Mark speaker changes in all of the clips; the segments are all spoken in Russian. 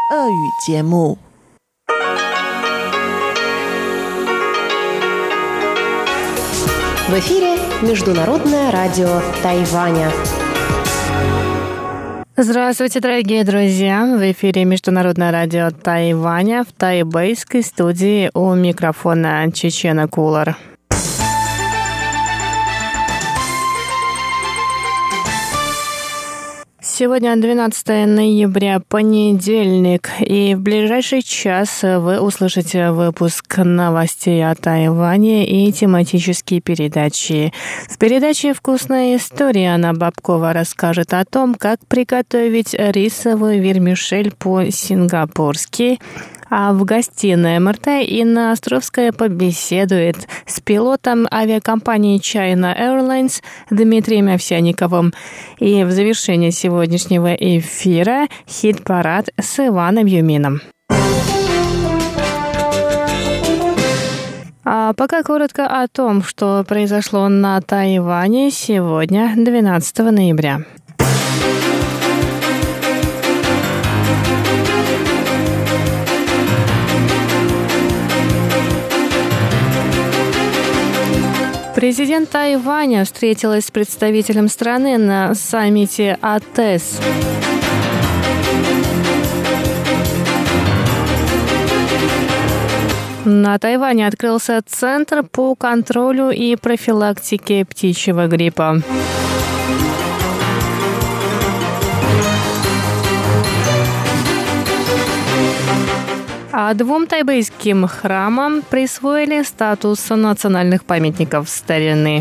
Speaker 1: 俄语节目。
Speaker 2: В эфире Международное радио Тайваня.
Speaker 3: Здравствуйте, дорогие друзья! В эфире Международное радио Тайваня в тайбэйской студии у микрофона Чечена Кулар. Сегодня 12 ноября, понедельник, и в ближайший час вы услышите выпуск новостей о Тайване и тематические передачи. В передаче «Вкусная история» Анна Бабкова расскажет о том, как приготовить рисовый вермишель по-сингапурски. А в гостиной МРТ Инна Островская побеседует с пилотом авиакомпании China Airlines Дмитрием Овсянниковым. И в завершении сегодняшнего эфира хит-парад с Иваном Юмином. А пока коротко о том, что произошло на Тайване сегодня, 12 ноября. Президент Тайваня встретилась с представителем страны на саммите АТЭС. На Тайване открылся Центр по контролю и профилактике птичьего гриппа. А двум тайбэйским храмам присвоили статус национальных памятников старины.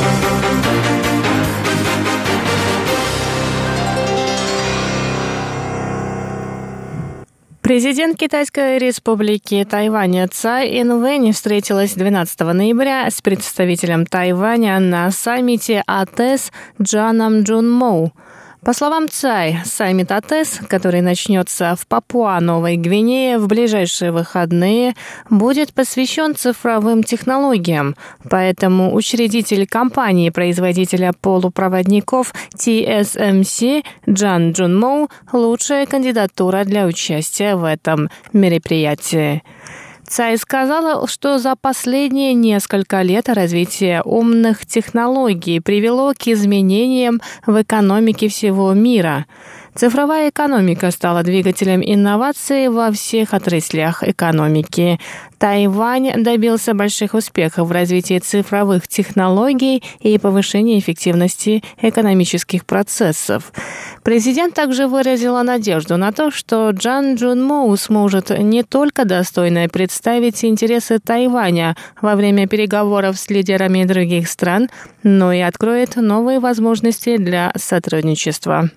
Speaker 3: Президент Китайской республики Тайвань Цай Инвэнь встретилась 12 ноября с представителем Тайваня на саммите АТЭС Джаном Джун Моу. По словам Цай, саммит АТЭС, который начнется в Папуа-Новой Гвинее в ближайшие выходные, будет посвящен цифровым технологиям. Поэтому учредитель компании-производителя полупроводников TSMC Джан Джун Моу – лучшая кандидатура для участия в этом мероприятии. Цай сказала, что за последние несколько лет развитие умных технологий привело к изменениям в экономике всего мира. Цифровая экономика стала двигателем инноваций во всех отраслях экономики. Тайвань добился больших успехов в развитии цифровых технологий и повышении эффективности экономических процессов. Президент также выразила надежду на то, что Джан Джун Моу сможет не только достойно представить интересы Тайваня во время переговоров с лидерами других стран, но и откроет новые возможности для сотрудничества.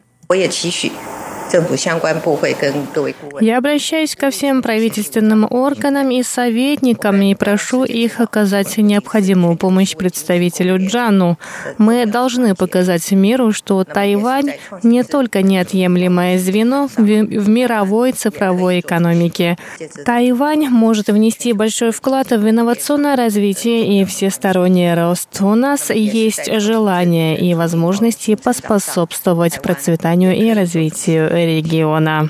Speaker 3: Я обращаюсь ко всем правительственным органам и советникам и прошу их оказать необходимую помощь представителю Джану. Мы должны показать миру, что Тайвань не только неотъемлемое звено в мировой цифровой экономике. Тайвань может внести большой вклад в инновационное развитие и всесторонний рост. У нас есть желание и возможности поспособствовать процветанию и развитию региона.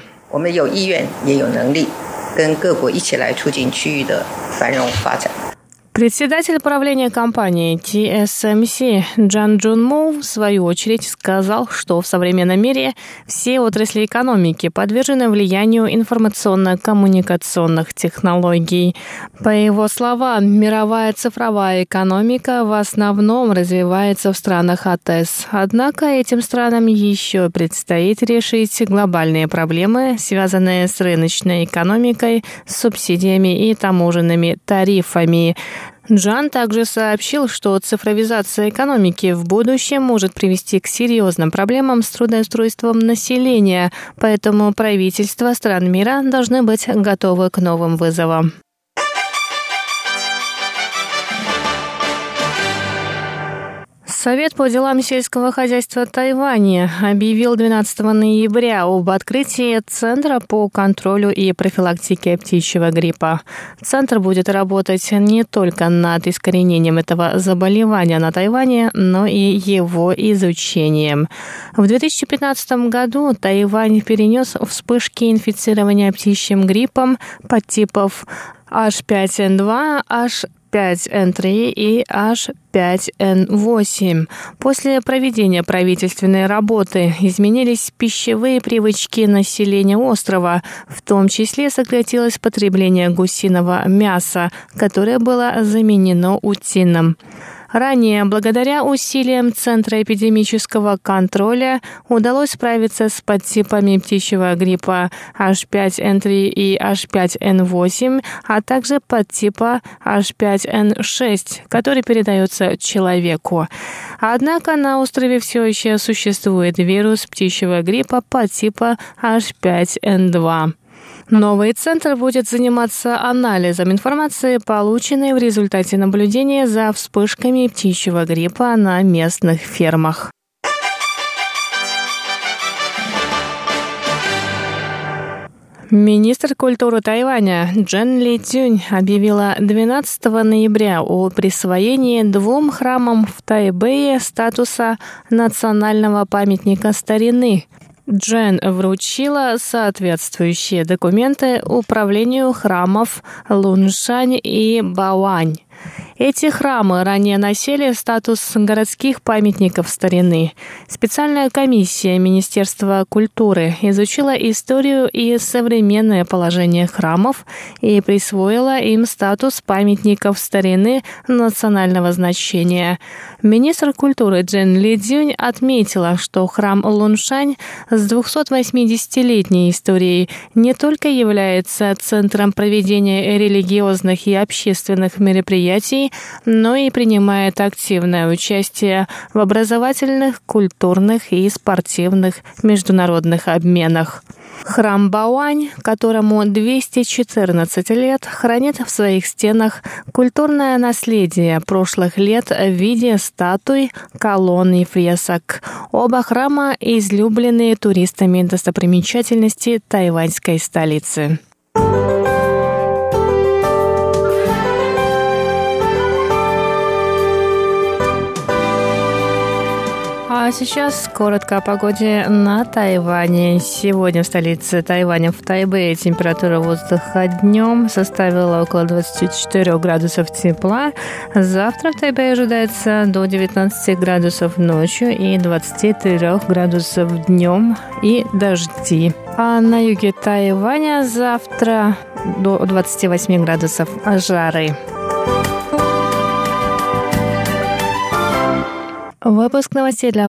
Speaker 3: Председатель правления компании TSMC Джан Джун Моу в свою очередь сказал, что в современном мире все отрасли экономики подвержены влиянию информационно-коммуникационных технологий. По его словам, мировая цифровая экономика в основном развивается в странах АТЭС. Однако этим странам еще предстоит решить глобальные проблемы, связанные с рыночной экономикой, с субсидиями и таможенными тарифами. Джан также сообщил, что цифровизация экономики в будущем может привести к серьезным проблемам с трудоустройством населения, поэтому правительства стран мира должны быть готовы к новым вызовам. Совет по делам сельского хозяйства Тайваня объявил 12 ноября об открытии Центра по контролю и профилактике птичьего гриппа. Центр будет работать не только над искоренением этого заболевания на Тайване, но и его изучением. В 2015 году Тайвань перенес вспышки инфицирования птичьим гриппом подтипов H5N2, H5N3 и H5N8. После проведения правительственной работы изменились пищевые привычки населения острова, в том числе сократилось потребление гусиного мяса, которое было заменено утиным. Ранее, благодаря усилиям Центра эпидемического контроля, удалось справиться с подтипами птичьего гриппа H5N3 и H5N8, а также подтипа H5N6, который передается человеку. Однако на острове все еще существует вирус птичьего гриппа подтипа H5N2. Новый центр будет заниматься анализом информации, полученной в результате наблюдения за вспышками птичьего гриппа на местных фермах. Министр культуры Тайваня Чжэн Ли-цзюнь объявила 12 ноября о присвоении 2 храмам в Тайбэе статуса национального памятника старины. Чжэн вручила соответствующие документы управлению храмов Луншань и Баоань. Эти храмы ранее носили статус городских памятников старины. Специальная комиссия Министерства культуры изучила историю и современное положение храмов и присвоила им статус памятников старины национального значения. Министр культуры Чжэн Ли-цзюнь отметила, что храм Луншань с 280-летней историей не только является центром проведения религиозных и общественных мероприятий, но и принимает активное участие в образовательных, культурных и спортивных международных обменах. Храм Баоань, которому 214 лет, хранит в своих стенах культурное наследие прошлых лет в виде статуй, колонн и фресок. Оба храма – излюбленные туристами достопримечательности тайваньской столицы. А сейчас коротко о погоде на Тайване. Сегодня в столице Тайваня, в Тайбэе, температура воздуха днем составила около 24 градусов тепла. Завтра в Тайбэе ожидается до 19 градусов ночью и 23 градусов днем и дожди. А на юге Тайваня завтра до 28 градусов жары. Выпуск новостей для